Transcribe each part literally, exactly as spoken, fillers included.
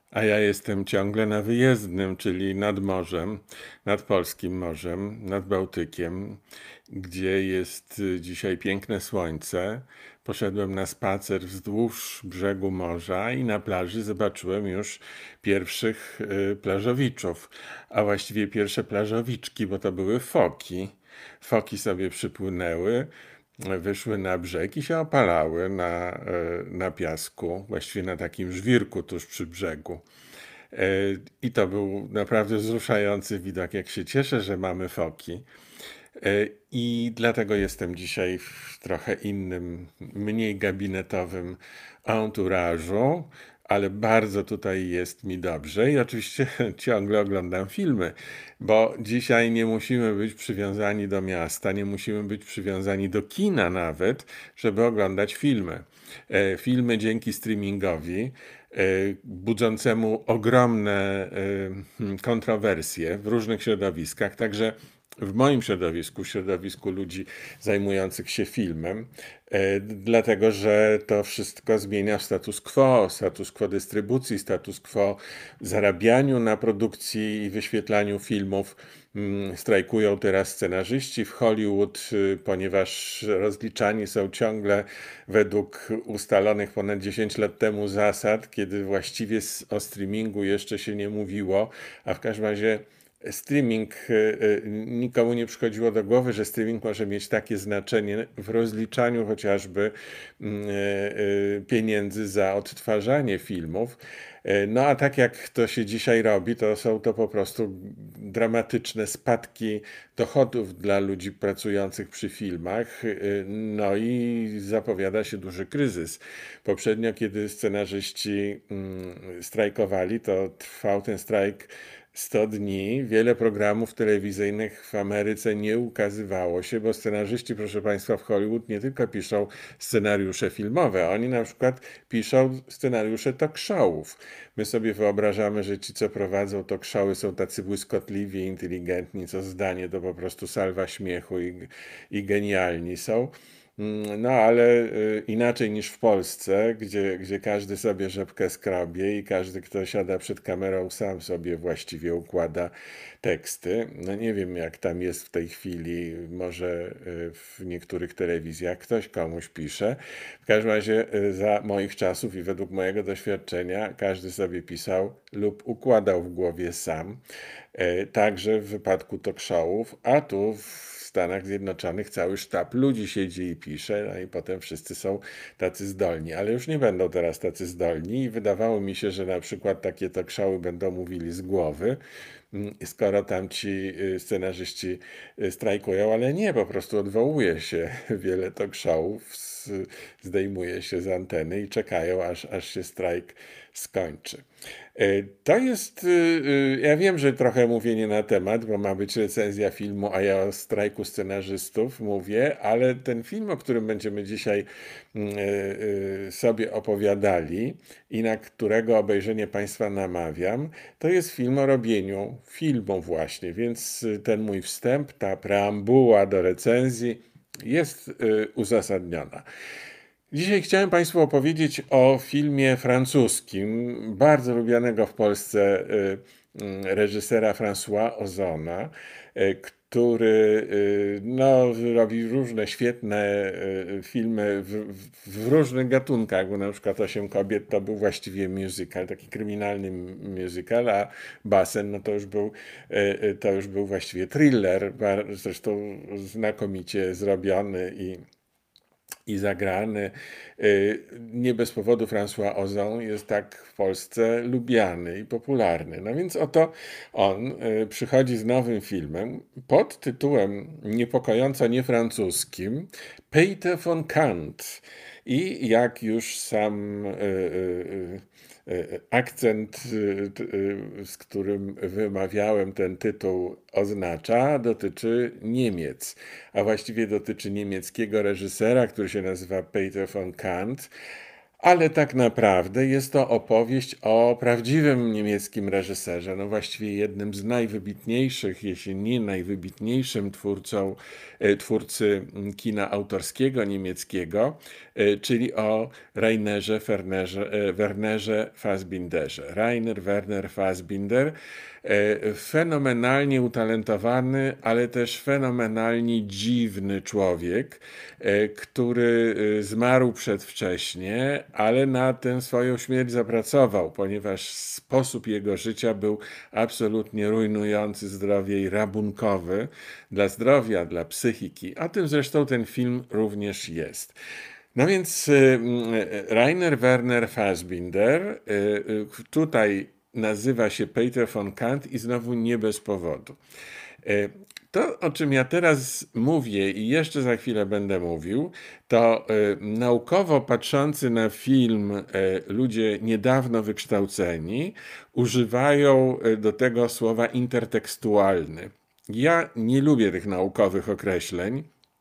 A ja jestem ciągle na wyjezdnym, czyli nad morzem, nad polskim morzem, nad Bałtykiem, gdzie jest y, dzisiaj piękne słońce. Poszedłem na spacer wzdłuż brzegu morza i na plaży zobaczyłem już pierwszych y, plażowiczów, a właściwie pierwsze plażowiczki, bo to były foki. Foki sobie przypłynęły, wyszły na brzeg i się opalały na, e, na piasku, właściwie na takim żwirku tuż przy brzegu. E, I to był naprawdę wzruszający widok, jak się cieszę, że mamy foki. E, I dlatego jestem dzisiaj w trochę innym, mniej gabinetowym enturażu, ale bardzo tutaj jest mi dobrze i oczywiście ciągle oglądam filmy, bo dzisiaj nie musimy być przywiązani do miasta, nie musimy być przywiązani do kina nawet, żeby oglądać filmy. E, Filmy dzięki streamingowi, e, budzącemu ogromne e, kontrowersje w różnych środowiskach, także w moim środowisku, środowisku ludzi zajmujących się filmem, e, dlatego że to wszystko zmienia status quo, status quo dystrybucji, status quo zarabianiu na produkcji i wyświetlaniu filmów. Mm, Strajkują teraz scenarzyści w Hollywood, y, ponieważ rozliczani są ciągle według ustalonych ponad dziesięć lat temu zasad, kiedy właściwie s- o streamingu jeszcze się nie mówiło, a w każdym razie streaming, y, y, nikomu nie przychodziło do głowy, że streaming może mieć takie znaczenie w rozliczaniu chociażby mm, y, y, pieniędzy za odtwarzanie filmów. Y, No a tak jak to się dzisiaj robi, to są to po prostu dramatyczne spadki dochodów dla ludzi pracujących przy filmach. Y, No i zapowiada się duży kryzys. Poprzednio, kiedy scenarzyści mm, strajkowali, to trwał ten strajk sto dni. Wiele programów telewizyjnych w Ameryce nie ukazywało się, bo scenarzyści, proszę Państwa, w Hollywood nie tylko piszą scenariusze filmowe, oni na przykład piszą scenariusze talk showów. My sobie wyobrażamy, że ci, co prowadzą talk showy, są tacy błyskotliwi, inteligentni, co zdanie to po prostu salwa śmiechu i, i genialni są. Mm, No, ale y, inaczej niż w Polsce, gdzie, gdzie każdy sobie rzepkę skrobie i każdy, kto siada przed kamerą, sam sobie właściwie układa teksty. No nie wiem, jak tam jest w tej chwili, może y, w niektórych telewizjach ktoś komuś pisze. W każdym razie y, za moich czasów i według mojego doświadczenia każdy sobie pisał lub układał w głowie sam. E, Także w wypadku talk showów, a tu w Stanach Zjednoczonych cały sztab ludzi siedzi i pisze, no i potem wszyscy są tacy zdolni, ale już nie będą teraz tacy zdolni i wydawało mi się, że na przykład takie talk showy będą mówili z głowy, mm, skoro tam ci y, scenarzyści y, strajkują, ale nie, po prostu odwołuje się wiele talk showów, z- zdejmuje się z anteny i czekają, aż, aż się strajk skończy. E, To jest, y, y, ja wiem, że trochę mówię nie na temat, bo ma być recenzja filmu, a ja o strajku scenarzystów mówię, ale ten film, o którym będziemy dzisiaj mm, y, y, sobie opowiadali i na którego obejrzenie Państwa namawiam, to jest film o robieniu filmu właśnie, więc y, ten mój wstęp, ta preambuła do recenzji jest y, uzasadniona. Dzisiaj chciałem Państwu opowiedzieć o filmie francuskim, bardzo lubianego w Polsce y, mm, reżysera François Ozona, y, który y, no, robi różne świetne y, filmy w, w, w różnych gatunkach, bo na przykład Osiem kobiet to był właściwie musical, taki kryminalny musical, a Basen no to już był, y, y, to już był właściwie thriller, zresztą znakomicie zrobiony i i zagrany. Y, Nie bez powodu François Ozon jest tak w Polsce lubiany i popularny. No więc oto on y, przychodzi z nowym filmem pod tytułem niepokojąco niefrancuskim Peter von Kant. I jak już sam y, y, y, akcent, y, t- y, z którym wymawiałem ten tytuł, oznacza, dotyczy Niemiec, a właściwie dotyczy niemieckiego reżysera, który się nazywa Peter von Kant, ale tak naprawdę jest to opowieść o prawdziwym niemieckim reżyserze, no właściwie jednym z najwybitniejszych, jeśli nie najwybitniejszym twórcą, e, twórcy mm, kina autorskiego niemieckiego, e, czyli o Rainerze Fernerze, e, Wernerze Fassbinderze. Rainer Werner Fassbinder, e, fenomenalnie utalentowany, ale też fenomenalnie dziwny człowiek, e, który e, zmarł przedwcześnie, ale na tę swoją śmierć zapracował, ponieważ sposób jego życia był absolutnie rujnujący zdrowie i rabunkowy dla zdrowia, dla psychiki, a tym zresztą ten film również jest. No więc y, y, Rainer Werner Fassbinder y, y, tutaj nazywa się Peter von Kant i znowu nie bez powodu. Y, To, o czym ja teraz mówię i jeszcze za chwilę będę mówił, to y, naukowo patrzący na film y, ludzie niedawno wykształceni używają y, do tego słowa intertekstualny. Ja nie lubię tych naukowych określeń,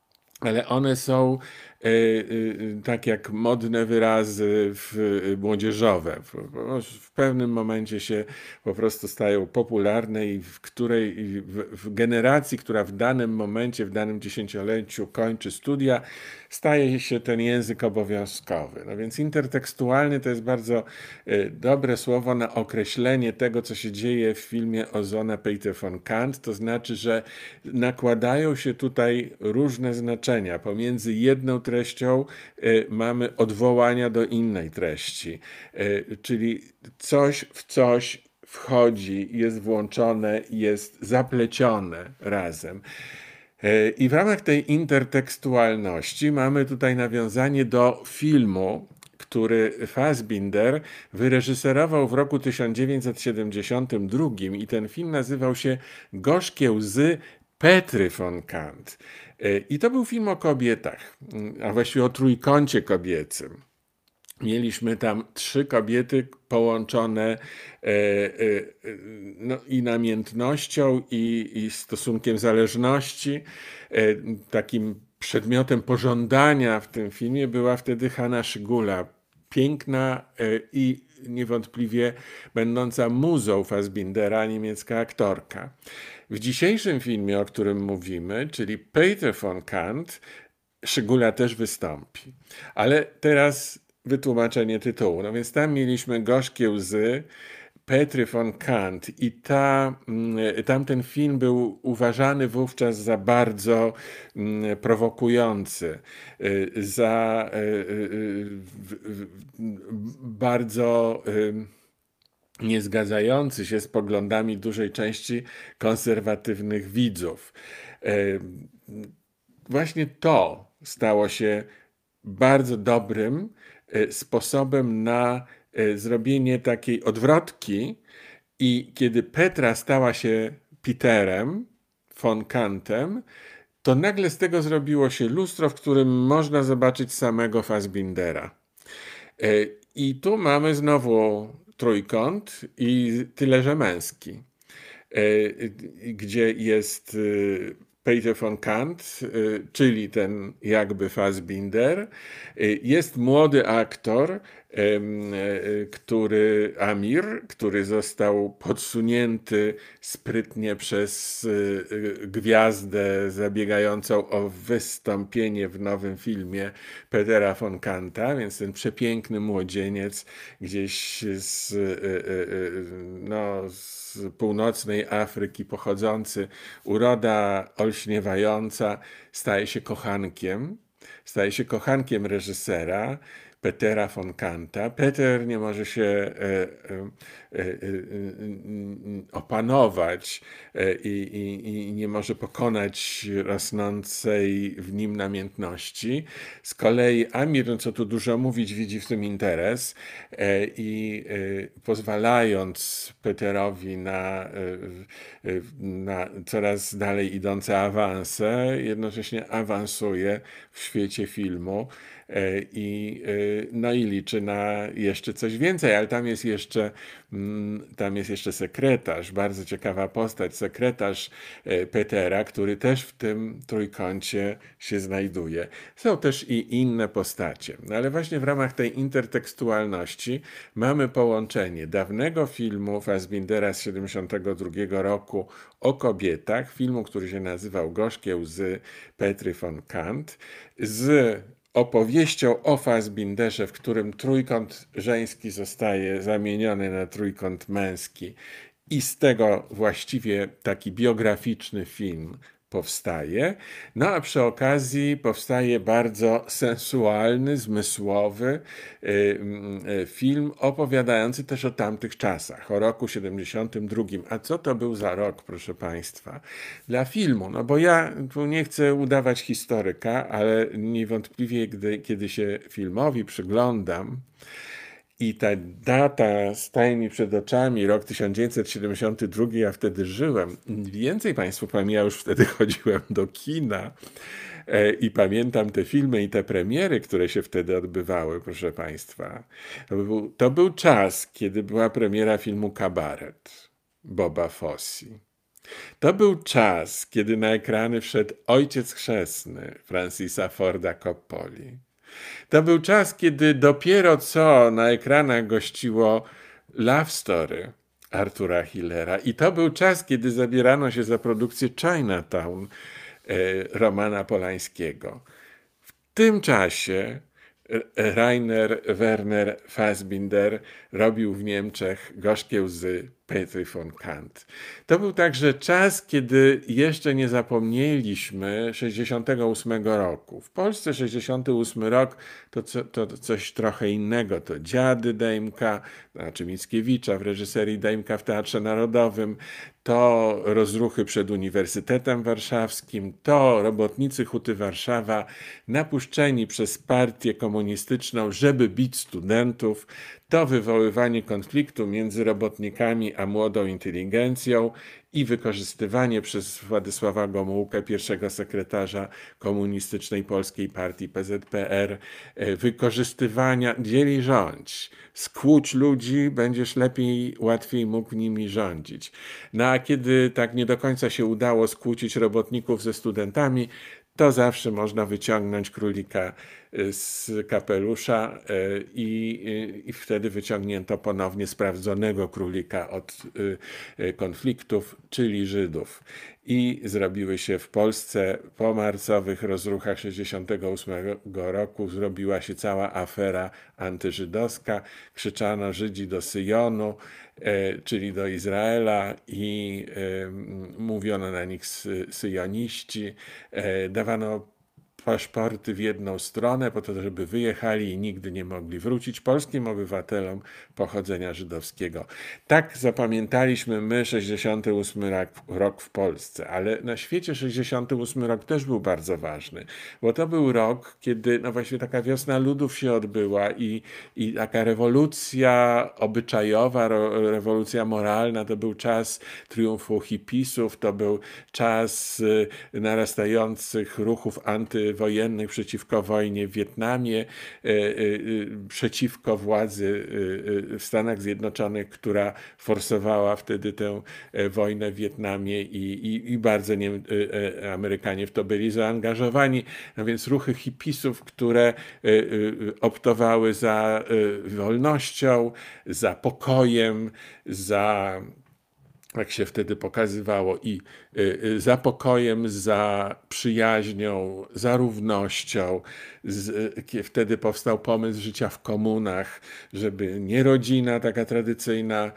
ale one są e, e, tak jak modne wyrazy w, młodzieżowe. W, w pewnym momencie się po prostu stają popularne i w której w, w generacji, która w danym momencie, w danym dziesięcioleciu kończy studia, staje się ten język obowiązkowy. No więc intertekstualny to jest bardzo e, dobre słowo na określenie tego, co się dzieje w filmie Ozona Peter von Kant. To znaczy, że nakładają się tutaj różne znaczenia. Pomiędzy jedną treścią y, mamy odwołania do innej treści, y, czyli coś w coś wchodzi, jest włączone, jest zaplecione razem. Y, I w ramach tej intertekstualności mamy tutaj nawiązanie do filmu, który Fassbinder wyreżyserował w roku tysiąc dziewięćset siedemdziesiątym drugim i ten film nazywał się Gorzkie łzy Petry von Kant. I to był film o kobietach, a właściwie o trójkącie kobiecym. Mieliśmy tam trzy kobiety połączone e, e, no, i namiętnością, i, i stosunkiem zależności. E, takim przedmiotem pożądania w tym filmie była wtedy Hanna Schygulla, piękna e, i niewątpliwie będąca muzą Fassbindera, niemiecka aktorka. W dzisiejszym filmie, o którym mówimy, czyli Peter von Kant, Schygulla też wystąpi. Ale teraz wytłumaczenie tytułu. No więc tam mieliśmy Gorzkie łzy Petry von Kant i ta, tamten film był uważany wówczas za bardzo prowokujący, za bardzo nie zgadzający się z poglądami dużej części konserwatywnych widzów. Właśnie to stało się bardzo dobrym sposobem na zrobienie takiej odwrotki i kiedy Petra stała się Peterem von Kantem, to nagle z tego zrobiło się lustro, w którym można zobaczyć samego Fassbindera. I tu mamy znowu trójkąt i tyleże męski, gdzie jest Peter von Kant, czyli ten jakby Fassbinder. Jest młody aktor, który Amir, który został podsunięty sprytnie przez gwiazdę zabiegającą o wystąpienie w nowym filmie Petera von Kanta, więc ten przepiękny młodzieniec gdzieś z, no, z północnej Afryki pochodzący, uroda olśniewająca, staje się kochankiem, staje się kochankiem reżysera Petera von Kanta. Peter nie może się e, e, e, opanować i, i, i nie może pokonać rosnącej w nim namiętności. Z kolei Amir, no co tu dużo mówić, widzi w tym interes i pozwalając Peterowi na, na coraz dalej idące awanse, jednocześnie awansuje w świecie filmu i no i liczy na jeszcze coś więcej, ale tam jest jeszcze, mm, tam jest jeszcze sekretarz, bardzo ciekawa postać, sekretarz e, Petera, który też w tym trójkącie się znajduje. Są też i inne postacie, no ale właśnie w ramach tej intertekstualności mamy połączenie dawnego filmu Fassbindera z siedemdziesiątego drugiego roku o kobietach, filmu, który się nazywał Gorzkie łzy Petry von Kant, z opowieścią o Fassbinderze, w którym trójkąt żeński zostaje zamieniony na trójkąt męski i z tego właściwie taki biograficzny film powstaje. No a przy okazji powstaje bardzo sensualny, zmysłowy y, y, film opowiadający też o tamtych czasach, o roku siedemdziesiątym drugim. A co to był za rok, proszę Państwa, dla filmu? No bo ja tu nie chcę udawać historyka, ale niewątpliwie, gdy, kiedy się filmowi przyglądam, i ta data staje mi przed oczami, rok tysiąc dziewięćset siedemdziesiąty drugi, ja wtedy żyłem. Więcej Państwu powiem, ja już wtedy chodziłem do kina e, i pamiętam te filmy i te premiery, które się wtedy odbywały, proszę Państwa. To był, to był czas, kiedy była premiera filmu Kabaret Boba Fosse. To był czas, kiedy na ekrany wszedł Ojciec Chrzestny Francisa Forda Coppoli. To był czas, kiedy dopiero co na ekranach gościło Love Story Artura Hillera. I to był czas, kiedy zabierano się za produkcję Chinatown e, Romana Polańskiego. W tym czasie Rainer Werner Fassbinder robił w Niemczech Gorzkie łzy Petry von Kant. To był także czas, kiedy jeszcze nie zapomnieliśmy sześćdziesiątego ósmego roku. W Polsce sześćdziesiąty ósmy rok to, co, to coś trochę innego. To Dziady Dejmka, znaczy Mickiewicza w reżyserii Dejmka w Teatrze Narodowym, to rozruchy przed Uniwersytetem Warszawskim, to robotnicy Huty Warszawa napuszczeni przez partię komunistyczną, żeby bić studentów, to wywoływanie konfliktu między robotnikami a młodą inteligencją i wykorzystywanie przez Władysława Gomułkę, pierwszego sekretarza Komunistycznej Polskiej Partii P Z P R, wykorzystywania, dzieli rządź, skłóć ludzi, będziesz lepiej, łatwiej mógł nimi rządzić. No a kiedy tak nie do końca się udało skłócić robotników ze studentami, to zawsze można wyciągnąć królika z kapelusza i, i wtedy wyciągnięto ponownie sprawdzonego królika od konfliktów, czyli Żydów. I zrobiły się w Polsce po marcowych rozruchach sześćdziesiątego ósmego roku, zrobiła się cała afera antyżydowska. Krzyczano Żydzi do Syjonu, czyli do Izraela, i mówiono na nich syjoniści. Dawano paszporty w jedną stronę po to, żeby wyjechali i nigdy nie mogli wrócić polskim obywatelom pochodzenia żydowskiego. Tak zapamiętaliśmy my sześćdziesiąty ósmy rok, rok w Polsce, ale na świecie sześćdziesiąty ósmy rok też był bardzo ważny, bo to był rok, kiedy no właśnie taka wiosna ludów się odbyła i, i taka rewolucja obyczajowa, rewolucja moralna, to był czas triumfu hipisów, to był czas narastających ruchów antywojennych przeciwko wojnie w Wietnamie, przeciwko władzy w Stanach Zjednoczonych, która forsowała wtedy tę wojnę w Wietnamie i, i, i bardzo nie, Amerykanie w to byli zaangażowani. No więc ruchy hipisów, które optowały za wolnością, za pokojem, za, jak się wtedy pokazywało, i za pokojem, za przyjaźnią, za równością. Z, wtedy powstał pomysł życia w komunach, żeby nie rodzina taka tradycyjna,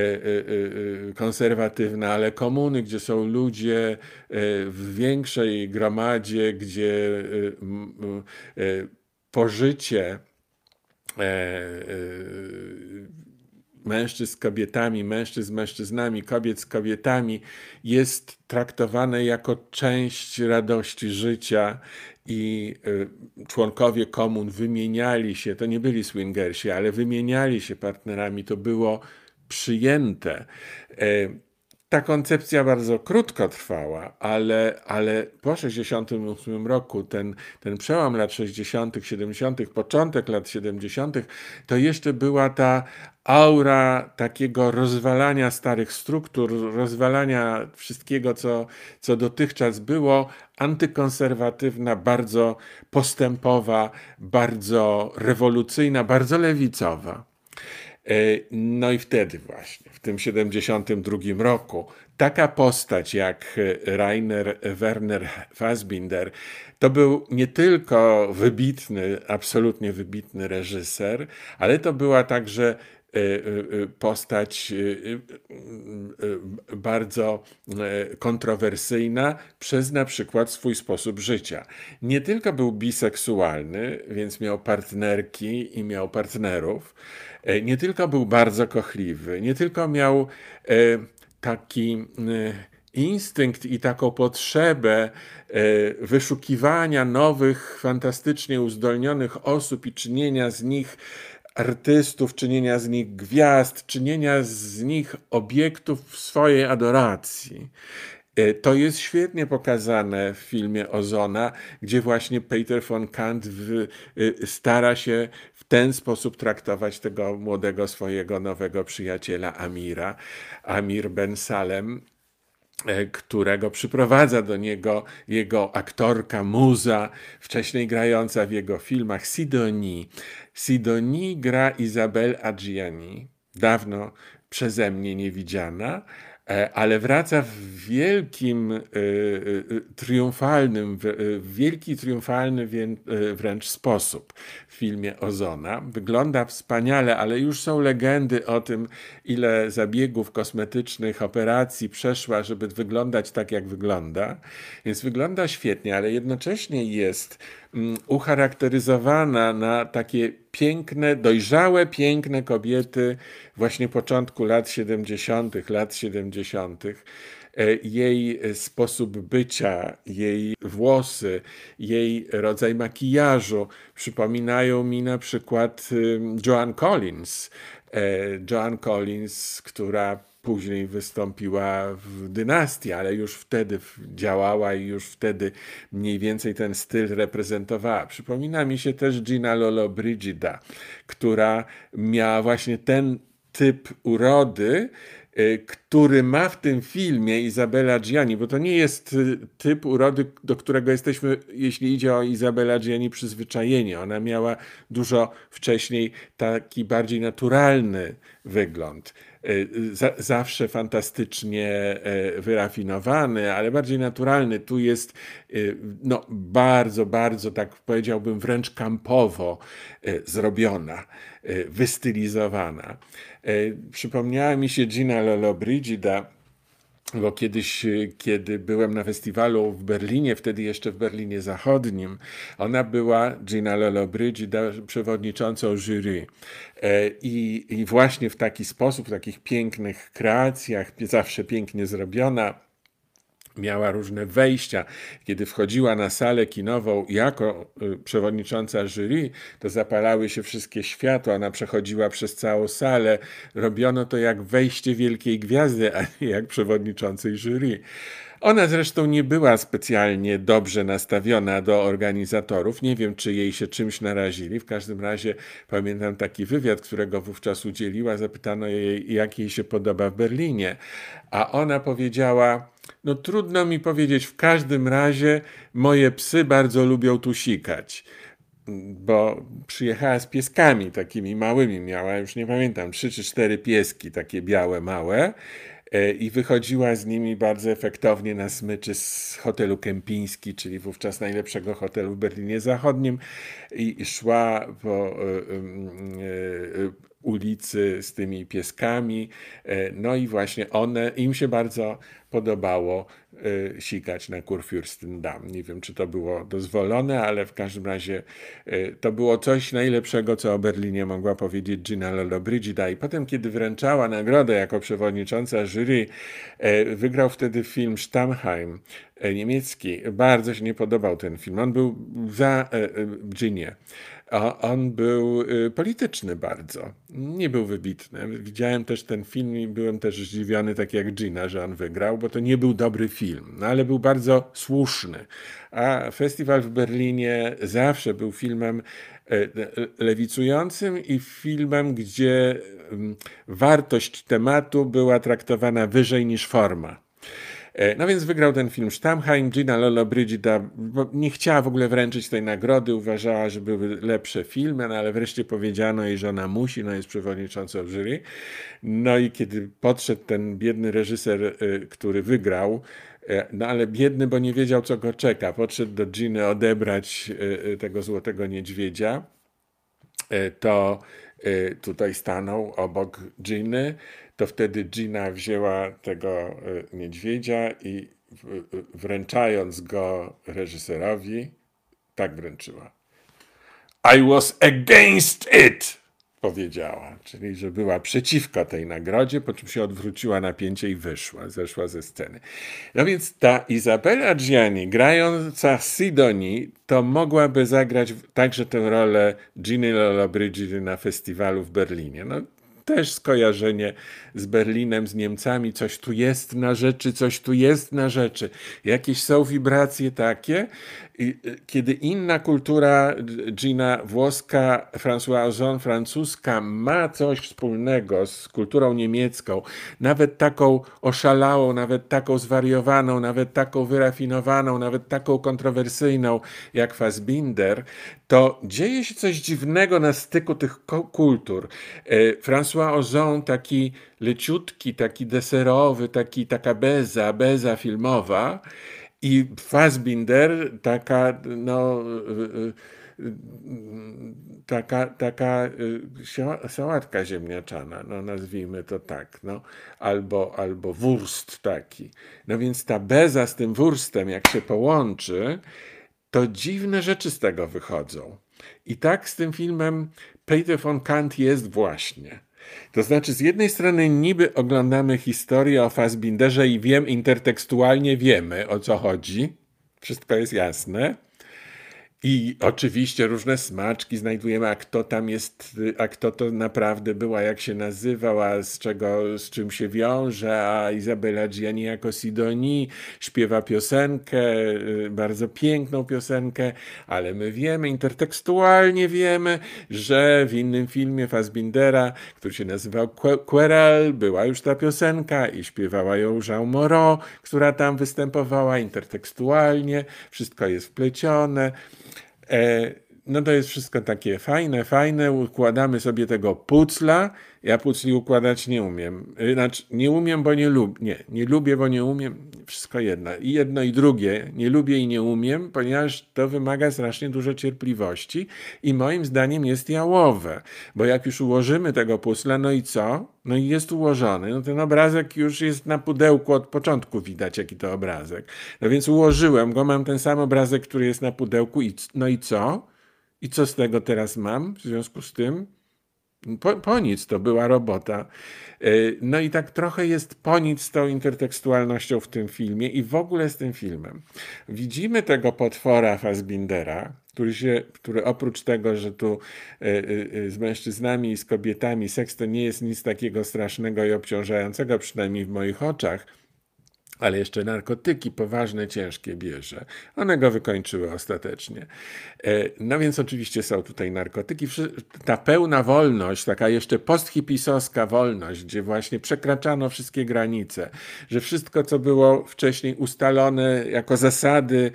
konserwatywna, ale komuny, gdzie są ludzie w większej gromadzie, gdzie pożycie mężczyzn z kobietami, mężczyzn z mężczyznami, kobiet z kobietami jest traktowane jako część radości życia i członkowie komun wymieniali się, to nie byli swingersi, ale wymieniali się partnerami, to było przyjęte. ta koncepcja bardzo krótko trwała, ale, ale po sześćdziesiątym ósmym roku, ten, ten przełom lat sześćdziesiątych, siedemdziesiątych, początek lat siedemdziesiątych, to jeszcze była ta aura takiego rozwalania starych struktur, rozwalania wszystkiego, co, co dotychczas było, antykonserwatywna, bardzo postępowa, bardzo rewolucyjna, bardzo lewicowa. No i wtedy właśnie, w tym siedemdziesiątym drugim roku, taka postać jak Rainer Werner Fassbinder to był nie tylko wybitny, absolutnie wybitny reżyser, ale to była także postać bardzo kontrowersyjna przez na przykład swój sposób życia. Nie tylko był biseksualny, więc miał partnerki i miał partnerów, nie tylko był bardzo kochliwy, nie tylko miał taki instynkt i taką potrzebę wyszukiwania nowych, fantastycznie uzdolnionych osób i czynienia z nich artystów, czynienia z nich gwiazd, czynienia z nich obiektów swojej adoracji. To jest świetnie pokazane w filmie Ozona, gdzie właśnie Peter von Kant w, stara się w ten sposób traktować tego młodego swojego nowego przyjaciela Amira, Amir Ben Salem, którego przyprowadza do niego jego aktorka, muza, wcześniej grająca w jego filmach, Sidonie. Sidonie gra Isabelle Adjani, dawno przeze mnie niewidziana, ale wraca w wielkim, y, y, triumfalnym, w wielki, triumfalny wręcz sposób w filmie Ozona. Wygląda wspaniale, ale już są legendy o tym, ile zabiegów kosmetycznych, operacji przeszła, żeby wyglądać tak, jak wygląda. Więc wygląda świetnie, ale jednocześnie jest um, ucharakteryzowana na takie piękne, dojrzałe, piękne kobiety właśnie początku lat siedemdziesiątych, lat siedemdziesiątych. Jej sposób bycia, jej włosy, jej rodzaj makijażu przypominają mi na przykład Joan Collins. Joan Collins, która później wystąpiła w Dynastii, ale już wtedy działała i już wtedy mniej więcej ten styl reprezentowała. Przypomina mi się też Gina Lollobrigida, która miała właśnie ten typ urody, który ma w tym filmie Isabella Adjani, bo to nie jest typ urody, do którego jesteśmy, jeśli idzie o Isabellę Adjani, przyzwyczajeni. Ona miała dużo wcześniej taki bardziej naturalny wygląd. Zawsze fantastycznie wyrafinowany, ale bardziej naturalny. Tu jest no, bardzo, bardzo, tak powiedziałbym, wręcz kampowo zrobiona, wystylizowana. Przypomniała mi się Gina Lollobrigida, bo kiedyś, kiedy byłem na festiwalu w Berlinie, wtedy jeszcze w Berlinie Zachodnim, ona była, Gina Lollobrigida, przewodniczącą jury. I, I właśnie w taki sposób, w takich pięknych kreacjach, zawsze pięknie zrobiona, miała różne wejścia. Kiedy wchodziła na salę kinową jako przewodnicząca jury, to zapalały się wszystkie światła, ona przechodziła przez całą salę. Robiono to jak wejście wielkiej gwiazdy, a nie jak przewodniczącej jury. Ona zresztą nie była specjalnie dobrze nastawiona do organizatorów. Nie wiem, czy jej się czymś narazili. W każdym razie pamiętam taki wywiad, którego wówczas udzieliła. Zapytano jej, jak jej się podoba w Berlinie. A ona powiedziała: no trudno mi powiedzieć, w każdym razie moje psy bardzo lubią tu sikać. Bo przyjechała z pieskami takimi małymi, miała, już nie pamiętam, trzy czy cztery pieski takie białe, małe. I wychodziła z nimi bardzo efektownie na smyczy z hotelu Kempinski, czyli wówczas najlepszego hotelu w Berlinie Zachodnim, i szła po ulicy z tymi pieskami. No i właśnie one, im się bardzo podobało y, sikać na Kurfürstendamm. Nie wiem, czy to było dozwolone, ale w każdym razie y, to było coś najlepszego, co o Berlinie mogła powiedzieć Gina Lollobrigida. I potem, kiedy wręczała nagrodę jako przewodnicząca jury, y, wygrał wtedy film Stammheim, y, niemiecki. Bardzo się nie podobał ten film. On był za y, y, Ginie. A on był y, polityczny bardzo. Nie był wybitny. Widziałem też ten film i byłem też zdziwiony, tak jak Gina, że on wygrał, bo to nie był dobry film, no ale był bardzo słuszny. A festiwal w Berlinie zawsze był filmem e, lewicującym i filmem, gdzie mm, wartość tematu była traktowana wyżej niż forma. No więc wygrał ten film Stammheim. Gina Lollobrigida nie chciała w ogóle wręczyć tej nagrody, uważała, że były lepsze filmy, no ale wreszcie powiedziano jej, że ona musi, no jest przewodniczącą jury. No i kiedy podszedł ten biedny reżyser, który wygrał, no ale biedny, bo nie wiedział, co go czeka, podszedł do Giny odebrać tego złotego niedźwiedzia, to tutaj stanął obok Giny, to wtedy Gina wzięła tego niedźwiedzia i wręczając go reżyserowi, tak wręczyła. I was against it, powiedziała, czyli że była przeciwko tej nagrodzie, po czym się odwróciła na pięcie i wyszła, zeszła ze sceny. No więc ta Izabela Adjani, grająca Sidonie, to mogłaby zagrać także tę rolę Giny Lollobrigidy na festiwalu w Berlinie. No, też skojarzenie z Berlinem, z Niemcami, coś tu jest na rzeczy, coś tu jest na rzeczy. Jakieś są wibracje takie. I kiedy inna kultura, Gina włoska, François Ozon francuska, ma coś wspólnego z kulturą niemiecką, nawet taką oszalałą, nawet taką zwariowaną, nawet taką wyrafinowaną, nawet taką kontrowersyjną jak Fassbinder, to dzieje się coś dziwnego na styku tych kultur. François Ozon, taki leciutki, taki deserowy, taki, taka beza, beza filmowa, i Fassbinder, taka, no, taka, taka sałatka ziemniaczana, no nazwijmy to tak, no, albo, albo wurst taki. No więc ta beza z tym wurstem, jak się połączy, to dziwne rzeczy z tego wychodzą. I tak z tym filmem Peter von Kant jest właśnie. To znaczy, z jednej strony niby oglądamy historię o Fassbinderze i wiem, intertekstualnie wiemy, o co chodzi. Wszystko jest jasne. I oczywiście różne smaczki znajdujemy, a kto tam jest, a kto to naprawdę była, jak się nazywał, a z czego, z czym się wiąże, a Izabela Adjani jako Sidonie śpiewa piosenkę, bardzo piękną piosenkę, ale my wiemy, intertekstualnie wiemy, że w innym filmie Fassbindera, który się nazywał Querelle, była już ta piosenka i śpiewała ją Jean Moreau, która tam występowała intertekstualnie, wszystko jest wplecione. No to jest wszystko takie fajne, fajne, układamy sobie tego pucla. Ja pucli układać nie umiem. Znaczy, nie umiem, bo nie lubię. Nie, nie lubię, bo nie umiem. Wszystko jedno. I jedno i drugie. Nie lubię i nie umiem, ponieważ to wymaga strasznie dużo cierpliwości i moim zdaniem jest jałowe. Bo jak już ułożymy tego pucla, no i co? No i jest ułożony. No ten obrazek już jest na pudełku, od początku widać, jaki to obrazek. No więc ułożyłem go, mam ten sam obrazek, który jest na pudełku i no i co? I co z tego teraz mam w związku z tym? Po, po nic, to była robota. No i tak trochę jest po nic z tą intertekstualnością w tym filmie i w ogóle z tym filmem. Widzimy tego potwora Fassbindera, który, się, który oprócz tego, że tu z mężczyznami i z kobietami seks to nie jest nic takiego strasznego i obciążającego, przynajmniej w moich oczach, ale jeszcze narkotyki poważne, ciężkie bierze. One go wykończyły ostatecznie. No więc oczywiście są tutaj narkotyki. Ta pełna wolność, taka jeszcze posthipisowska wolność, gdzie właśnie przekraczano wszystkie granice, że wszystko, co było wcześniej ustalone jako zasady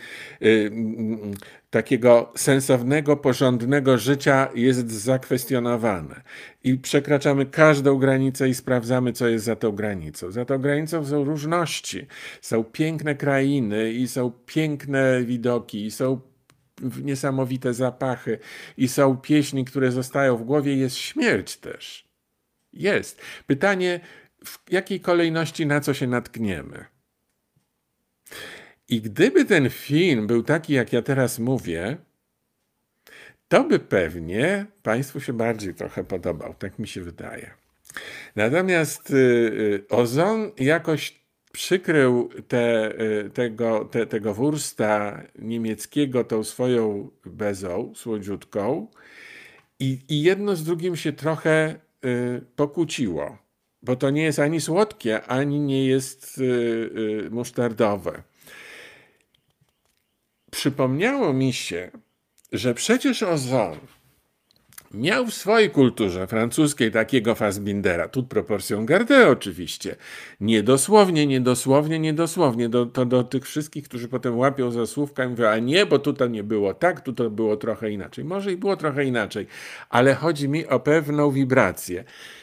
takiego sensownego, porządnego życia jest zakwestionowane. I przekraczamy każdą granicę i sprawdzamy, co jest za tą granicą. Za tą granicą są różności. Są piękne krainy i są piękne widoki i są niesamowite zapachy i są pieśni, które zostają w głowie. Jest śmierć też. Jest. Pytanie, w jakiej kolejności na co się natkniemy? I gdyby ten film był taki, jak ja teraz mówię, to by pewnie Państwu się bardziej trochę podobał, tak mi się wydaje. Natomiast y, y, Ozon jakoś przykrył te, y, tego, te, tego wursta niemieckiego tą swoją bezą słodziutką i, i jedno z drugim się trochę y, pokłóciło, bo to nie jest ani słodkie, ani nie jest y, y, musztardowe. Przypomniało mi się, że przecież Ozon miał w swojej kulturze francuskiej takiego Fassbindera, toute proportion gardée oczywiście, niedosłownie, niedosłownie, niedosłownie, do, to do tych wszystkich, którzy potem łapią za słówka i mówią, a nie, bo tutaj nie było tak, tu to było trochę inaczej. Może i było trochę inaczej, ale chodzi mi o pewną wibrację.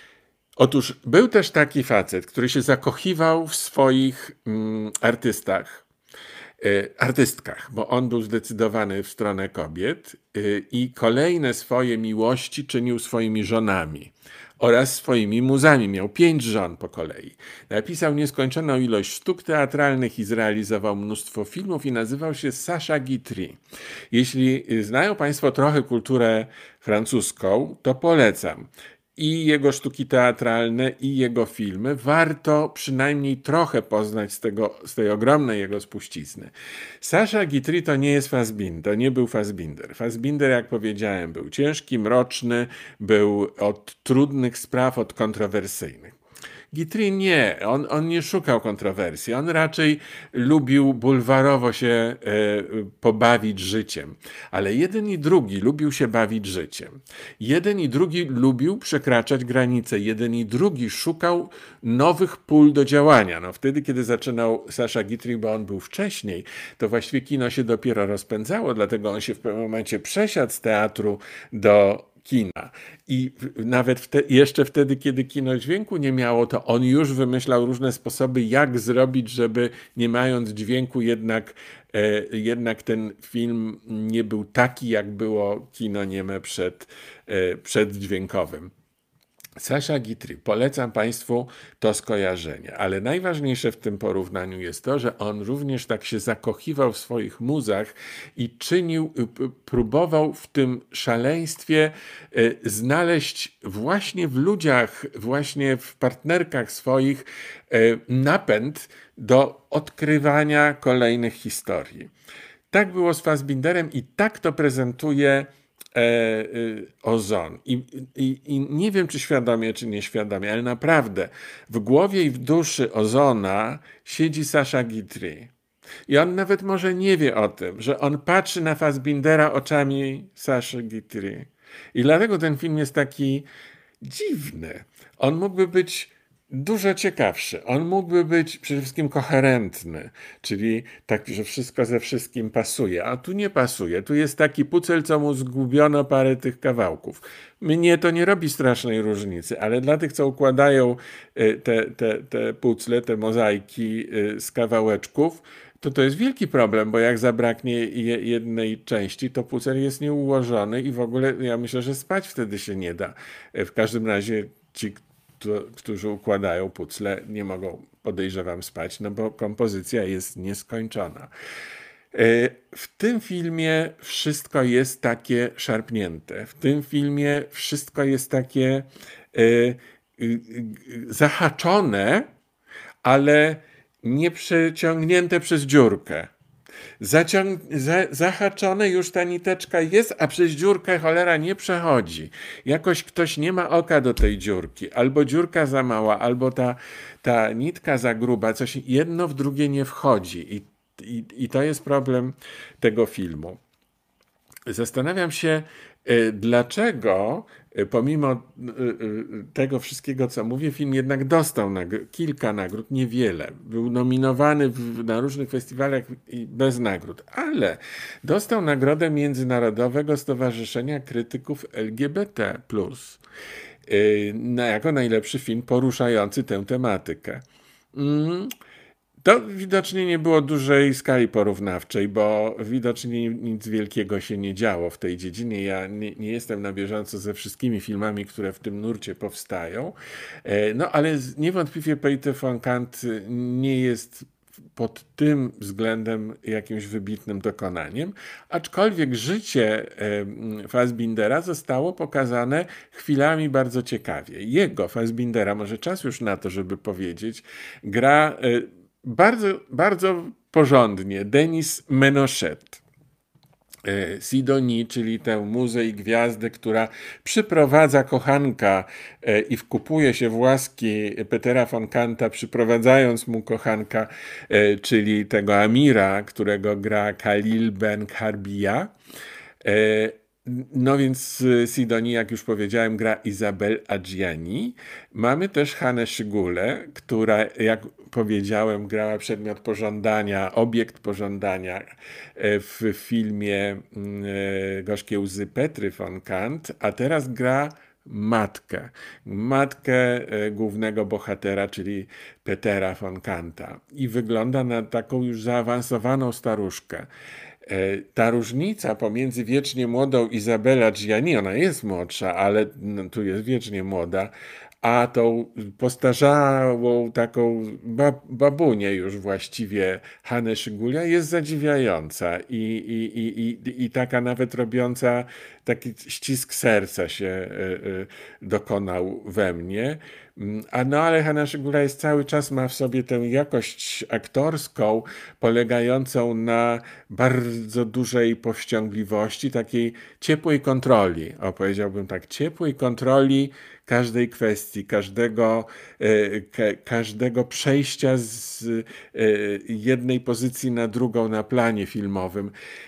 Otóż był też taki facet, który się zakochiwał w swoich mm, artystach, artystkach, bo on był zdecydowany w stronę kobiet i kolejne swoje miłości czynił swoimi żonami oraz swoimi muzami. Miał pięć żon po kolei. Napisał nieskończoną ilość sztuk teatralnych i zrealizował mnóstwo filmów i nazywał się Sacha Guitry. Jeśli znają Państwo trochę kulturę francuską, to polecam. I jego sztuki teatralne, i jego filmy. Warto przynajmniej trochę poznać z, tego, z tej ogromnej jego spuścizny. Sacha Guitry to nie jest Fassbinder, to nie był Fassbinder. Fassbinder, jak powiedziałem, był ciężki, mroczny, był od trudnych spraw, od kontrowersyjnych. Guitry nie, on, on nie szukał kontrowersji, on raczej lubił bulwarowo się e, pobawić życiem, ale jeden i drugi lubił się bawić życiem. Jeden i drugi lubił przekraczać granice, jeden i drugi szukał nowych pól do działania. No wtedy, kiedy zaczynał Sacha Guitry, bo on był wcześniej, to właściwie kino się dopiero rozpędzało, dlatego on się w pewnym momencie przesiadł z teatru do kina. I nawet wte, jeszcze wtedy, kiedy kino dźwięku nie miało, to on już wymyślał różne sposoby, jak zrobić, żeby nie mając dźwięku jednak, e, jednak ten film nie był taki, jak było kino nieme przed, e, przeddźwiękowym. Sacha Guitry, polecam Państwu to skojarzenie, ale najważniejsze w tym porównaniu jest to, że on również tak się zakochiwał w swoich muzach i czynił, próbował w tym szaleństwie znaleźć właśnie w ludziach, właśnie w partnerkach swoich napęd do odkrywania kolejnych historii. Tak było z Fassbinderem i tak to prezentuje E, e, Ozon. I, i, I nie wiem, czy świadomie, czy nieświadomie, ale naprawdę w głowie i w duszy Ozona siedzi Sacha Guitry. I on nawet może nie wie o tym, że on patrzy na Fassbindera oczami Sacha Guitry. I dlatego ten film jest taki dziwny. On mógłby być dużo ciekawszy. On mógłby być przede wszystkim koherentny, czyli tak, że wszystko ze wszystkim pasuje, a tu nie pasuje. Tu jest taki pucel, co mu zgubiono parę tych kawałków. Mnie to nie robi strasznej różnicy, ale dla tych, co układają te, te, te pucle, te mozaiki z kawałeczków, to to jest wielki problem, bo jak zabraknie jednej części, to pucel jest nieułożony i w ogóle ja myślę, że spać wtedy się nie da. W każdym razie ci, którzy układają pucle, nie mogą, podejrzewam, spać, no bo kompozycja jest nieskończona. W tym filmie wszystko jest takie szarpnięte. W tym filmie wszystko jest takie zahaczone, ale nie przeciągnięte przez dziurkę. Zaciąg za zahaczone już ta niteczka jest, a przez dziurkę cholera nie przechodzi. Jakoś ktoś nie ma oka do tej dziurki. Albo dziurka za mała, albo ta, ta nitka za gruba. Coś jedno w drugie nie wchodzi. I, i, i to jest problem tego filmu. Zastanawiam się, dlaczego pomimo tego wszystkiego, co mówię, film jednak dostał nagr- kilka nagród, niewiele. Był nominowany w, na różnych festiwalach i bez nagród, ale dostał nagrodę Międzynarodowego Stowarzyszenia Krytyków L G B T plus, na, jako najlepszy film poruszający tę tematykę. Mm. To widocznie nie było dużej skali porównawczej, bo widocznie nic wielkiego się nie działo w tej dziedzinie. Ja nie, nie jestem na bieżąco ze wszystkimi filmami, które w tym nurcie powstają, no ale niewątpliwie Peter von Kant nie jest pod tym względem jakimś wybitnym dokonaniem, aczkolwiek życie Fassbindera zostało pokazane chwilami bardzo ciekawie. Jego, Fassbindera, może czas już na to, żeby powiedzieć, gra bardzo, bardzo porządnie Denis Ménochet. Sidonie, czyli tę muzę i gwiazdę, która przyprowadza kochanka i wkupuje się w łaski Petera von Kanta, przyprowadzając mu kochanka, czyli tego Amira, którego gra Khalil Ben Kharbia. No więc Sidonie, jak już powiedziałem, gra Isabelle Adjani. Mamy też Hannę Szygulę, która, jak powiedziałem, grała przedmiot pożądania, obiekt pożądania w filmie Gorzkie łzy Petry von Kant, a teraz gra matkę. Matkę głównego bohatera, czyli Petera von Kanta. I wygląda na taką już zaawansowaną staruszkę. Ta różnica pomiędzy wiecznie młodą Isabelle Adjani, ona jest młodsza, ale no, tu jest wiecznie młoda, a tą postarzałą taką bab babunię już właściwie Hannę Szygula jest zadziwiająca i, i, i, i, i taka nawet robiąca taki ścisk serca się y, y, dokonał we mnie. A no ale Hanna Szygula jest cały czas, ma w sobie tę jakość aktorską polegającą na bardzo dużej powściągliwości, takiej ciepłej kontroli, o powiedziałbym tak, ciepłej kontroli każdej kwestii, każdego, ka każdego przejścia z jednej pozycji na drugą na planie filmowym.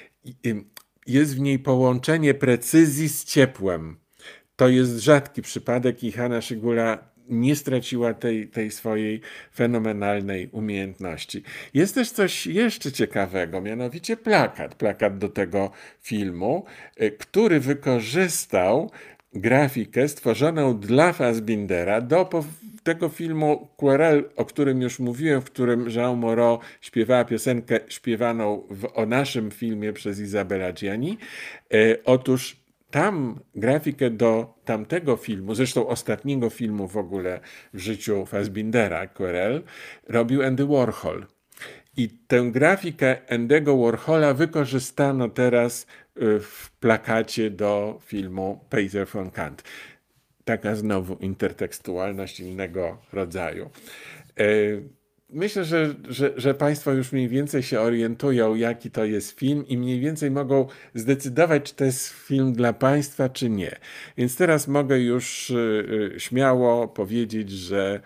Jest w niej połączenie precyzji z ciepłem. To jest rzadki przypadek i Hanna Szygula nie straciła tej, tej swojej fenomenalnej umiejętności. Jest też coś jeszcze ciekawego, mianowicie plakat, plakat do tego filmu, który wykorzystał grafikę stworzoną dla Fassbindera do tego filmu Querelle, o którym już mówiłem, w którym Jean Moreau śpiewała piosenkę śpiewaną w, o naszym filmie przez Isabelle Adjani. E, otóż tam grafikę do tamtego filmu, zresztą ostatniego filmu w ogóle w życiu Fassbindera, Querelle, robił Andy Warhol. I tę grafikę Andy'ego Warhola wykorzystano teraz w plakacie do filmu Peter von Kant. Taka znowu intertekstualność innego rodzaju. Myślę, że, że, że Państwo już mniej więcej się orientują, jaki to jest film i mniej więcej mogą zdecydować, czy to jest film dla Państwa, czy nie. Więc teraz mogę już śmiało powiedzieć, że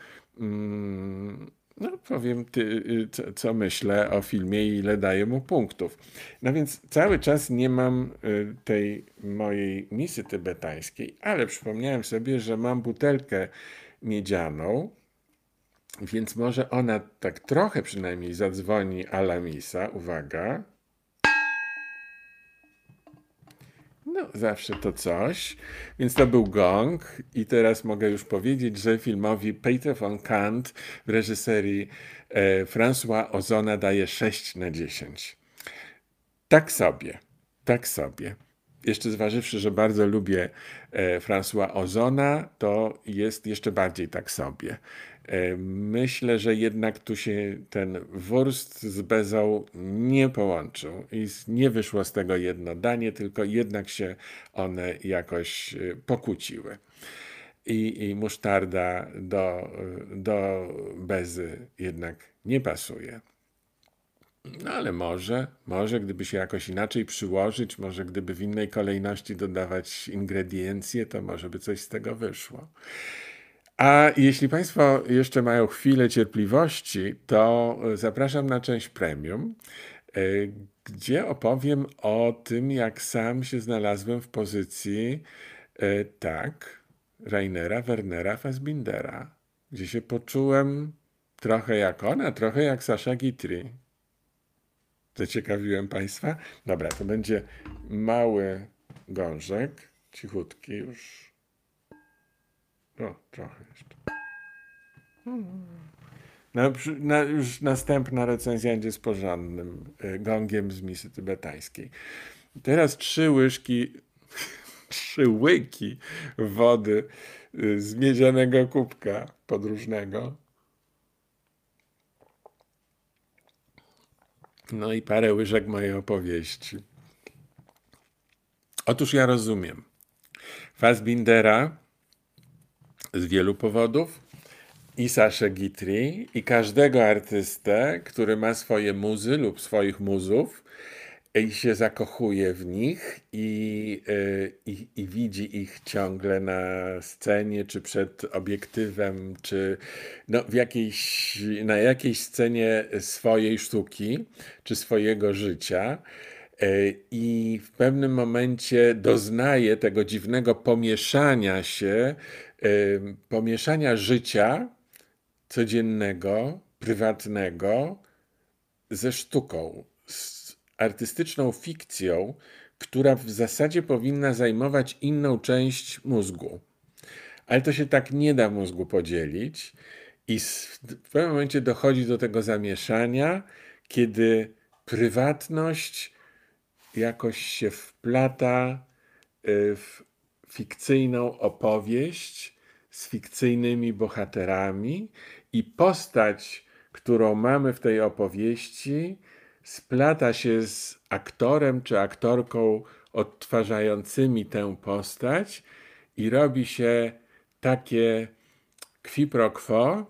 mm, no, powiem, ty, co, co myślę o filmie i ile daję mu punktów. No więc cały czas nie mam tej mojej misy tybetańskiej, ale przypomniałem sobie, że mam butelkę miedzianą, więc może ona tak trochę przynajmniej zadzwoni a la misa. Uwaga. No, zawsze to coś. Więc to był gong i teraz mogę już powiedzieć, że filmowi Peter von Kant w reżyserii e, François Ozona daje sześć na dziesięć. Tak sobie, tak sobie. Jeszcze zważywszy, że bardzo lubię e, François Ozona, to jest jeszcze bardziej tak sobie. E, myślę, że jednak tu się ten wurst z bezą nie połączył i nie wyszło z tego jedno danie, tylko jednak się one jakoś pokłóciły. I, i musztarda do, do bezy jednak nie pasuje. No ale może, może gdyby się jakoś inaczej przyłożyć, może gdyby w innej kolejności dodawać ingrediencje, to może by coś z tego wyszło. A jeśli Państwo jeszcze mają chwilę cierpliwości, to zapraszam na część premium, gdzie opowiem o tym, jak sam się znalazłem w pozycji, tak, Rainera Wernera Fassbindera, gdzie się poczułem trochę jak ona, trochę jak Sacha Guitry. Zaciekawiłem Państwa? Dobra, to będzie mały gążek, cichutki już. O, trochę jeszcze. No, na, już następna recenzja będzie z porządnym gongiem z misy tybetańskiej. Teraz trzy łyżki, trzy łyki wody z miedzianego kubka podróżnego. No i parę łyżek mojej opowieści. Otóż ja rozumiem Fassbindera z wielu powodów i Saszę Guitry i każdego artystę, który ma swoje muzy lub swoich muzów i się zakochuje w nich i, y, i, i widzi ich ciągle na scenie, czy przed obiektywem, czy no w jakiejś, na jakiejś scenie swojej sztuki, czy swojego życia. Y, I w pewnym momencie doznaje tego dziwnego pomieszania się, y, pomieszania życia codziennego, prywatnego ze sztuką, z artystyczną fikcją, która w zasadzie powinna zajmować inną część mózgu. Ale to się tak nie da mózgu podzielić i w pewnym momencie dochodzi do tego zamieszania, kiedy prywatność jakoś się wplata w fikcyjną opowieść z fikcyjnymi bohaterami i postać, którą mamy w tej opowieści, splata się z aktorem czy aktorką odtwarzającymi tę postać i robi się takie qui pro quo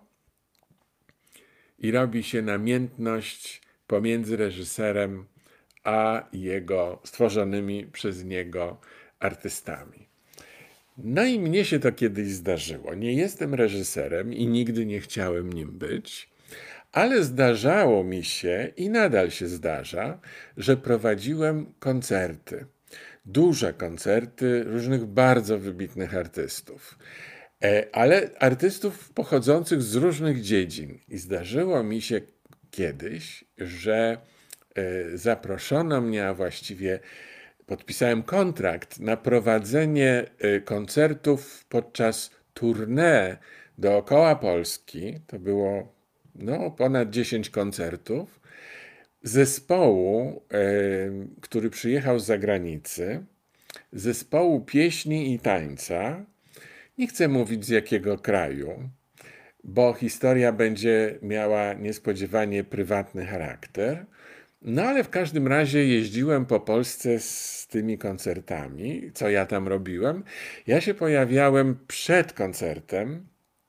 i robi się namiętność pomiędzy reżyserem a jego stworzonymi przez niego artystami. No i mnie się to kiedyś zdarzyło. Nie jestem reżyserem i nigdy nie chciałem nim być, ale zdarzało mi się i nadal się zdarza, że prowadziłem koncerty. Duże koncerty różnych bardzo wybitnych artystów. Ale artystów pochodzących z różnych dziedzin. I zdarzyło mi się kiedyś, że zaproszono mnie, a właściwie podpisałem kontrakt na prowadzenie koncertów podczas tournée dookoła Polski. To było no, ponad dziesięć koncertów. Zespołu, który przyjechał z zagranicy, zespołu pieśni i tańca. Nie chcę mówić z jakiego kraju, bo historia będzie miała niespodziewanie prywatny charakter. No ale w każdym razie jeździłem po Polsce z tymi koncertami. Co ja tam robiłem? Ja się pojawiałem przed koncertem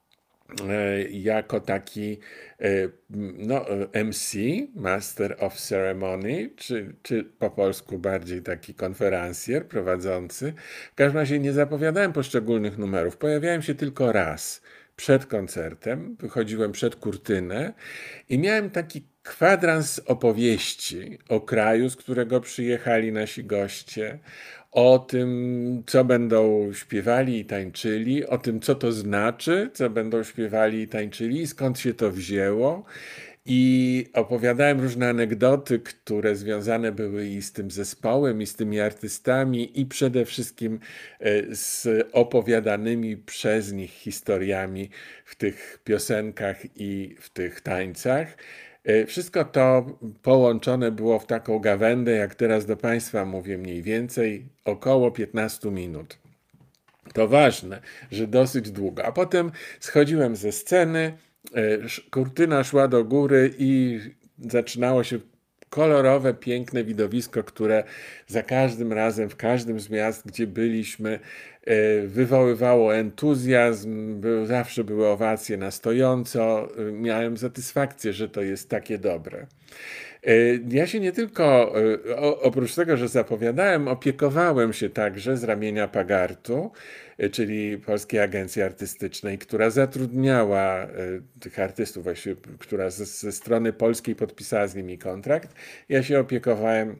jako taki no, M C, Master of Ceremony, czy, czy po polsku bardziej taki konferencjer prowadzący. W każdym razie nie zapowiadałem poszczególnych numerów. Pojawiałem się tylko raz przed koncertem, wychodziłem przed kurtynę i miałem taki kwadrans opowieści o kraju, z którego przyjechali nasi goście, o tym, co będą śpiewali i tańczyli, o tym, co to znaczy, co będą śpiewali i tańczyli, skąd się to wzięło. I opowiadałem różne anegdoty, które związane były i z tym zespołem, i z tymi artystami, i przede wszystkim z opowiadanymi przez nich historiami w tych piosenkach i w tych tańcach. Wszystko to połączone było w taką gawędę, jak teraz do Państwa mówię, mniej więcej około piętnaście minut. To ważne, że dosyć długo. A potem schodziłem ze sceny, kurtyna szła do góry i zaczynało się kolorowe, piękne widowisko, które za każdym razem, w każdym z miast, gdzie byliśmy, wywoływało entuzjazm, był, zawsze były owacje na stojąco. Miałem satysfakcję, że to jest takie dobre. Ja się nie tylko, oprócz tego, że zapowiadałem, opiekowałem się także z ramienia Pagartu, czyli Polskiej Agencji Artystycznej, która zatrudniała tych artystów, właśnie, która ze, ze strony polskiej podpisała z nimi kontrakt. Ja się opiekowałem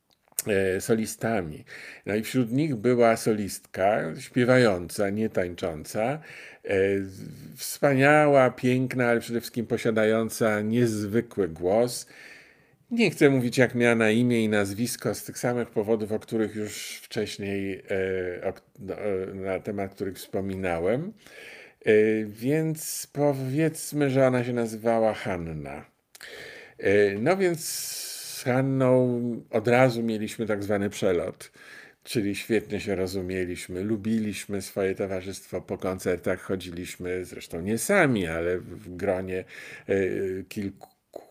solistami. No i wśród nich była solistka śpiewająca, nie tańcząca, wspaniała, piękna, ale przede wszystkim posiadająca niezwykły głos. Nie chcę mówić, jak miała na imię i nazwisko, z tych samych powodów, o których już wcześniej, na temat których wspominałem. Więc powiedzmy, że ona się nazywała Hanna. No więc z Hanną od razu mieliśmy tak zwany przelot, czyli świetnie się rozumieliśmy, lubiliśmy swoje towarzystwo, po koncertach chodziliśmy, zresztą nie sami, ale w gronie kilku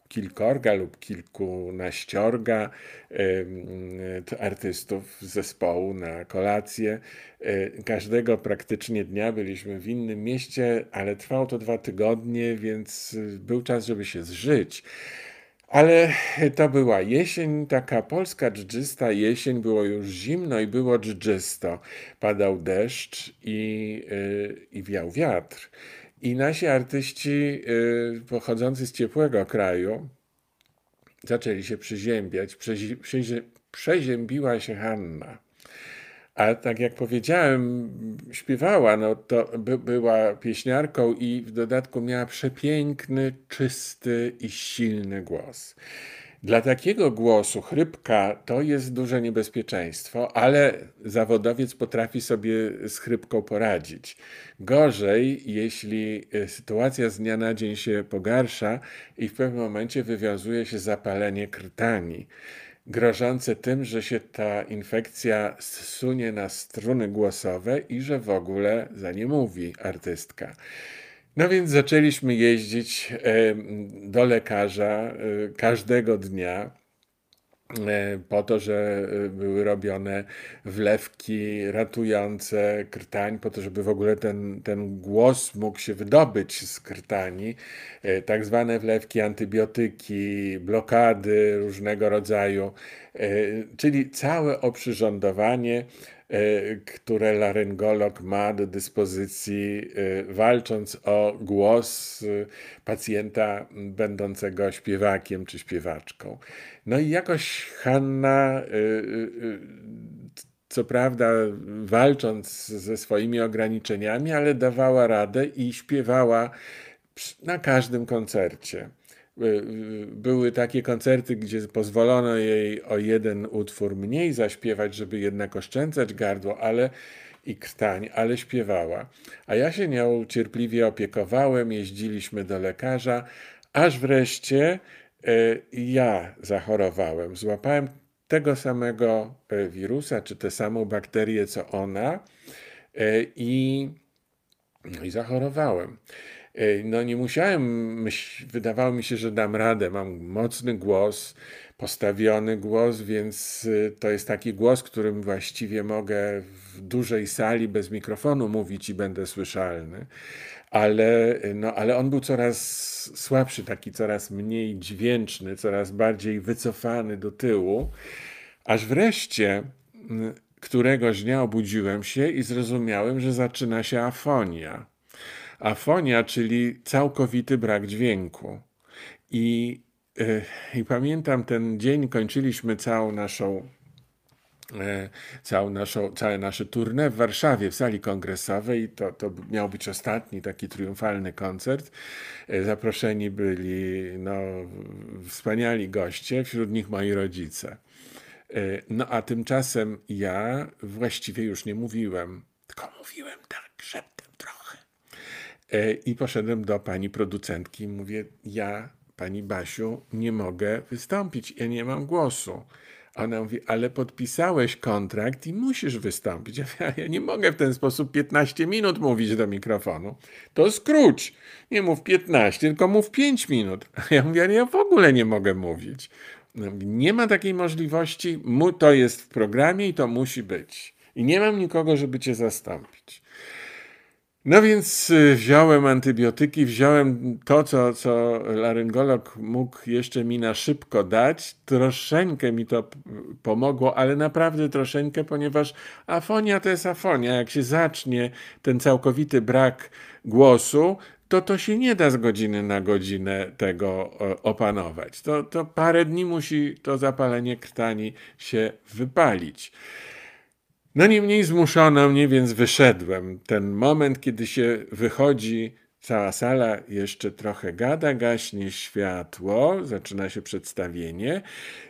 kilkorga lub kilkunaściorga artystów z zespołu na kolację. Każdego praktycznie dnia byliśmy w innym mieście, ale trwało to dwa tygodnie, więc był czas, żeby się zżyć. Ale to była jesień, taka polska dżdżysta jesień, było już zimno i było dżdżysto. Padał deszcz i, yy, i wiał wiatr. I nasi artyści yy, pochodzący z ciepłego kraju zaczęli się przyziębiać. Przezi przezie przeziębiła się Hanna. A tak jak powiedziałem, śpiewała, no to by, była pieśniarką i w dodatku miała przepiękny, czysty i silny głos. Dla takiego głosu chrypka to jest duże niebezpieczeństwo, ale zawodowiec potrafi sobie z chrypką poradzić. Gorzej, jeśli sytuacja z dnia na dzień się pogarsza i w pewnym momencie wywiązuje się zapalenie krtani, grożące tym, że się ta infekcja zsunie na struny głosowe i że w ogóle za nie mówi artystka. No więc zaczęliśmy jeździć do lekarza każdego dnia po to, że były robione wlewki ratujące krtań, po to, żeby w ogóle ten, ten głos mógł się wydobyć z krtani. Tak zwane wlewki, antybiotyki, blokady różnego rodzaju, czyli całe oprzyrządowanie, które laryngolog ma do dyspozycji, walcząc o głos pacjenta będącego śpiewakiem czy śpiewaczką. No i jakoś Hanna, co prawda walcząc ze swoimi ograniczeniami, ale dawała radę i śpiewała na każdym koncercie. Były takie koncerty, gdzie pozwolono jej o jeden utwór mniej zaśpiewać, żeby jednak oszczędzać gardło, ale i krtań, ale śpiewała. A ja się nią cierpliwie opiekowałem, jeździliśmy do lekarza, aż wreszcie ja zachorowałem. Złapałem tego samego wirusa, czy tę samą bakterię, co ona i, no i zachorowałem. No nie musiałem, wydawało mi się, że dam radę. Mam mocny głos, postawiony głos, więc to jest taki głos, którym właściwie mogę w dużej sali bez mikrofonu mówić i będę słyszalny. Ale, no, ale on był coraz słabszy, taki coraz mniej dźwięczny, coraz bardziej wycofany do tyłu, aż wreszcie któregoś dnia obudziłem się i zrozumiałem, że zaczyna się afonia. Afonia, czyli całkowity brak dźwięku. I, yy, i pamiętam ten dzień, kończyliśmy całą naszą Całą naszą, całe nasze tournée w Warszawie, w sali kongresowej. To, to miał być ostatni taki triumfalny koncert. Zaproszeni byli no, wspaniali goście, wśród nich moi rodzice. No a tymczasem ja właściwie już nie mówiłem, tylko mówiłem tak szeptem trochę. I poszedłem do pani producentki i mówię, ja, pani Basiu, nie mogę wystąpić, ja nie mam głosu. Ona mówi, ale podpisałeś kontrakt i musisz wystąpić. Ja mówię, ja nie mogę w ten sposób piętnaście minut mówić do mikrofonu. To skróć. Nie mów piętnaście, tylko mów pięć minut. A ja mówię, ale ja w ogóle nie mogę mówić. Mówi, nie ma takiej możliwości, to jest w programie i to musi być. I nie mam nikogo, żeby cię zastąpić. No więc wziąłem antybiotyki, wziąłem to, co, co laryngolog mógł jeszcze mi na szybko dać. Troszeczkę mi to pomogło, ale naprawdę troszeczkę, ponieważ afonia to jest afonia. Jak się zacznie ten całkowity brak głosu, to to się nie da z godziny na godzinę tego opanować. To, to parę dni musi to zapalenie krtani się wypalić. No niemniej zmuszono mnie, więc wyszedłem. Ten moment, kiedy się wychodzi, cała sala jeszcze trochę gada, gaśnie światło, zaczyna się przedstawienie.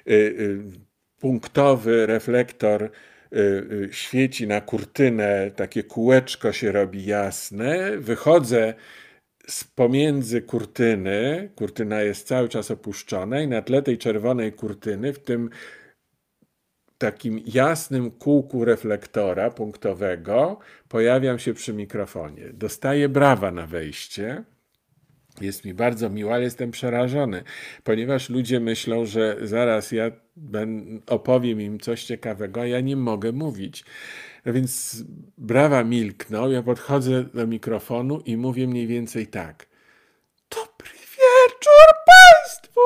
Punktowy reflektor świeci na kurtynę, takie kółeczko się robi jasne. Wychodzę z pomiędzy kurtyny, kurtyna jest cały czas opuszczona i na tle tej czerwonej kurtyny, w tym takim jasnym kółku reflektora punktowego, pojawiam się przy mikrofonie. Dostaję brawa na wejście Jest mi bardzo miło, ale jestem przerażony, ponieważ ludzie myślą, że zaraz ja ben, opowiem im coś ciekawego, a ja nie mogę mówić. No więc brawa milkną, ja podchodzę do mikrofonu i mówię mniej więcej tak. Dobry wieczór Państwu!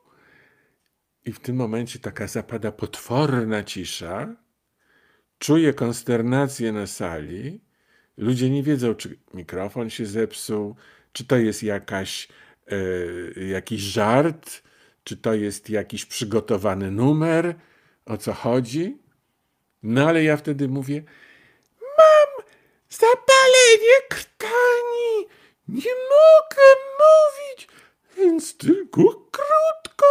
I w tym momencie taka zapada potworna cisza. Czuję konsternację na sali. Ludzie nie wiedzą, czy mikrofon się zepsuł, czy to jest jakaś, e, jakiś żart, czy to jest jakiś przygotowany numer, o co chodzi. No ale ja wtedy mówię, mam zapalenie krtani, nie mogę mówić, więc tylko krótko.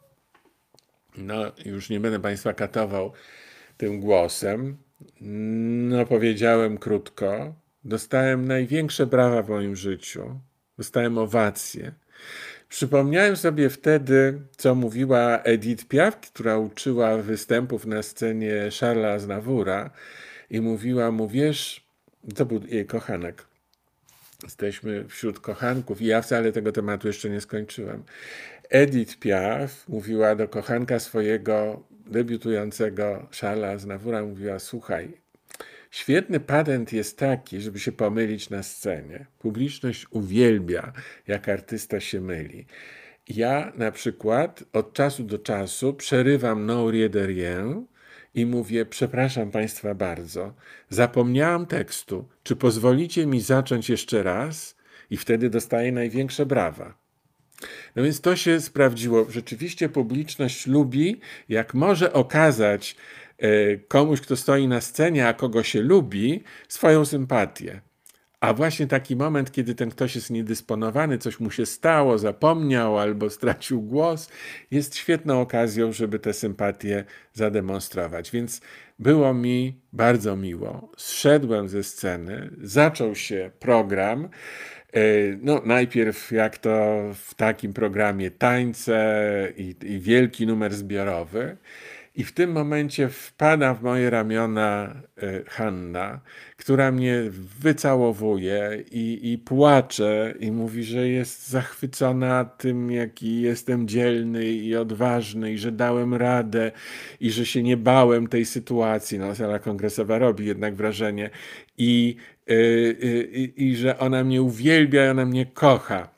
No, już nie będę Państwa katował tym głosem. No, powiedziałem krótko. Dostałem największe brawa w moim życiu. Dostałem owację. Przypomniałem sobie wtedy, co mówiła Edith Piaf, która uczyła występów na scenie Charlesa Aznavoura i mówiła mu, wiesz, to był jej kochanek. Jesteśmy wśród kochanków i ja wcale tego tematu jeszcze nie skończyłem. Edith Piaf mówiła do kochanka swojego debiutującego Charlesa Aznavoura, mówiła, słuchaj, świetny patent jest taki, żeby się pomylić na scenie. Publiczność uwielbia, jak artysta się myli. Ja na przykład od czasu do czasu przerywam non rien de rien i mówię, przepraszam Państwa bardzo, zapomniałam tekstu, czy pozwolicie mi zacząć jeszcze raz? I wtedy dostaję największe brawa. No więc to się sprawdziło. Rzeczywiście publiczność lubi, jak może okazać e, komuś, kto stoi na scenie, a kogo się lubi, swoją sympatię. A właśnie taki moment, kiedy ten ktoś jest niedysponowany, coś mu się stało, zapomniał albo stracił głos, jest świetną okazją, żeby tę sympatię zademonstrować. Więc było mi bardzo miło. Zszedłem ze sceny, zaczął się program. No, najpierw, jak to w takim programie, tańce i, i wielki numer zbiorowy. I w tym momencie wpada w moje ramiona Hanna, która mnie wycałowuje i, i płacze i mówi, że jest zachwycona tym, jaki jestem dzielny i odważny i że dałem radę i że się nie bałem tej sytuacji. No, sala kongresowa robi jednak wrażenie i, i, i, i że ona mnie uwielbia i ona mnie kocha.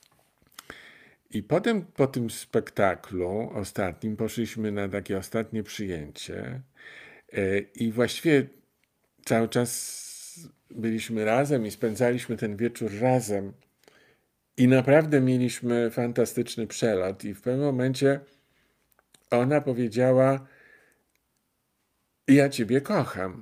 I potem po tym spektaklu ostatnim poszliśmy na takie ostatnie przyjęcie i właściwie cały czas byliśmy razem i spędzaliśmy ten wieczór razem i naprawdę mieliśmy fantastyczny przelot i w pewnym momencie ona powiedziała, ja ciebie kocham.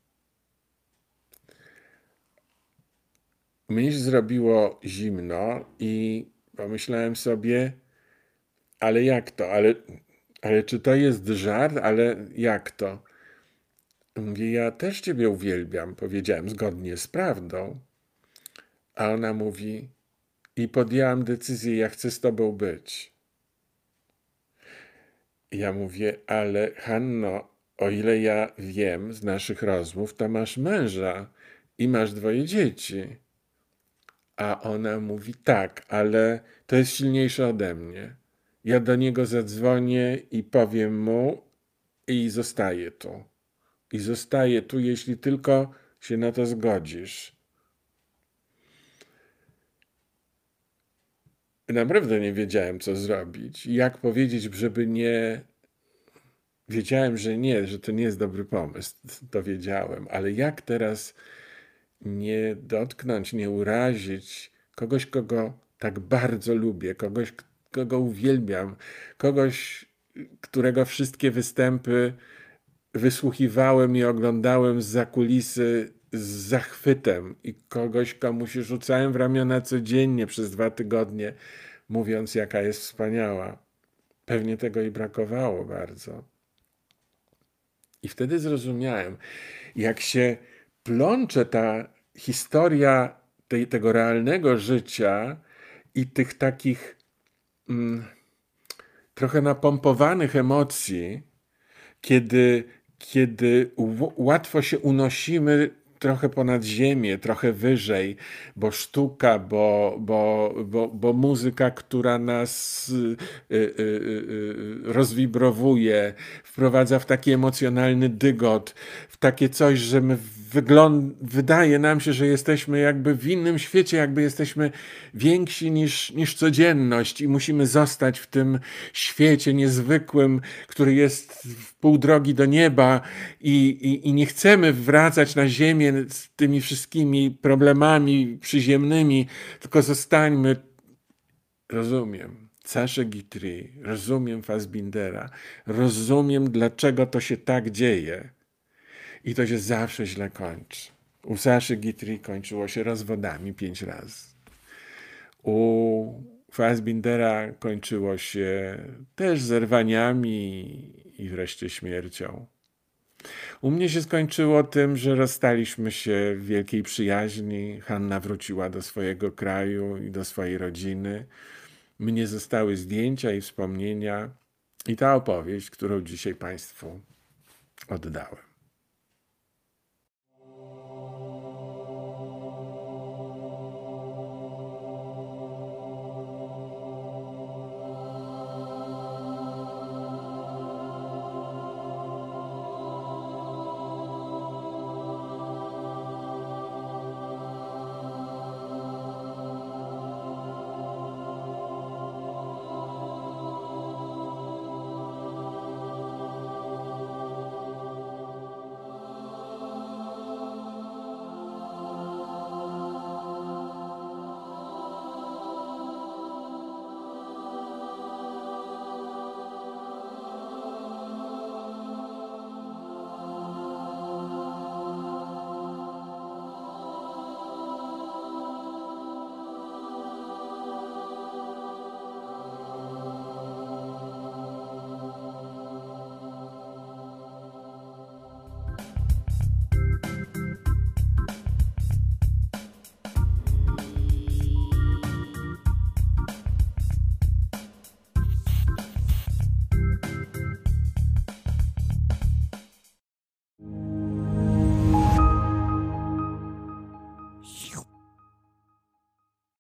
Mnie się zrobiło zimno i pomyślałem sobie, ale jak to? Ale, ale czy to jest żart? Ale jak to? Mówię, ja też ciebie uwielbiam, powiedziałem zgodnie z prawdą. A ona mówi, i podjęłam decyzję, ja chcę z tobą być. I ja mówię, ale Hanno, o ile ja wiem z naszych rozmów, to masz męża i masz dwoje dzieci. A ona mówi, tak, ale to jest silniejsze ode mnie. Ja do niego zadzwonię i powiem mu i zostaję tu. I zostaję tu, jeśli tylko się na to zgodzisz. Naprawdę nie wiedziałem, co zrobić. Jak powiedzieć, żeby nie... Wiedziałem, że nie, że to nie jest dobry pomysł. To wiedziałem. Ale jak teraz nie dotknąć, nie urazić kogoś, kogo tak bardzo lubię, kogoś, kogo uwielbiam, kogoś, którego wszystkie występy wysłuchiwałem i oglądałem zza kulisy z zachwytem i kogoś, komu się rzucałem w ramiona codziennie przez dwa tygodnie, mówiąc, jaka jest wspaniała. Pewnie tego jej brakowało bardzo. I wtedy zrozumiałem, jak się plącze ta historia tej, tego realnego życia i tych takich mm, trochę napompowanych emocji, kiedy, kiedy łatwo się unosimy trochę ponad ziemię, trochę wyżej, bo sztuka, bo, bo, bo, bo muzyka, która nas y, y, y, y, rozwibrowuje, wprowadza w taki emocjonalny dygot, w takie coś, że my wygląd wydaje nam się, że jesteśmy jakby w innym świecie, jakby jesteśmy więksi niż, niż codzienność i musimy zostać w tym świecie niezwykłym, który jest w pół drogi do nieba i, i, i nie chcemy wracać na ziemię z tymi wszystkimi problemami przyziemnymi, tylko zostańmy. Rozumiem Saszę Guitry, rozumiem Fassbindera, rozumiem, dlaczego to się tak dzieje. I to się zawsze źle kończy. U Saszy Guitry kończyło się rozwodami pięć razy. U Fassbindera kończyło się też zerwaniami i wreszcie śmiercią. U mnie się skończyło tym, że rozstaliśmy się w wielkiej przyjaźni. Hanna wróciła do swojego kraju i do swojej rodziny. Mnie zostały zdjęcia i wspomnienia i ta opowieść, którą dzisiaj Państwu oddałem.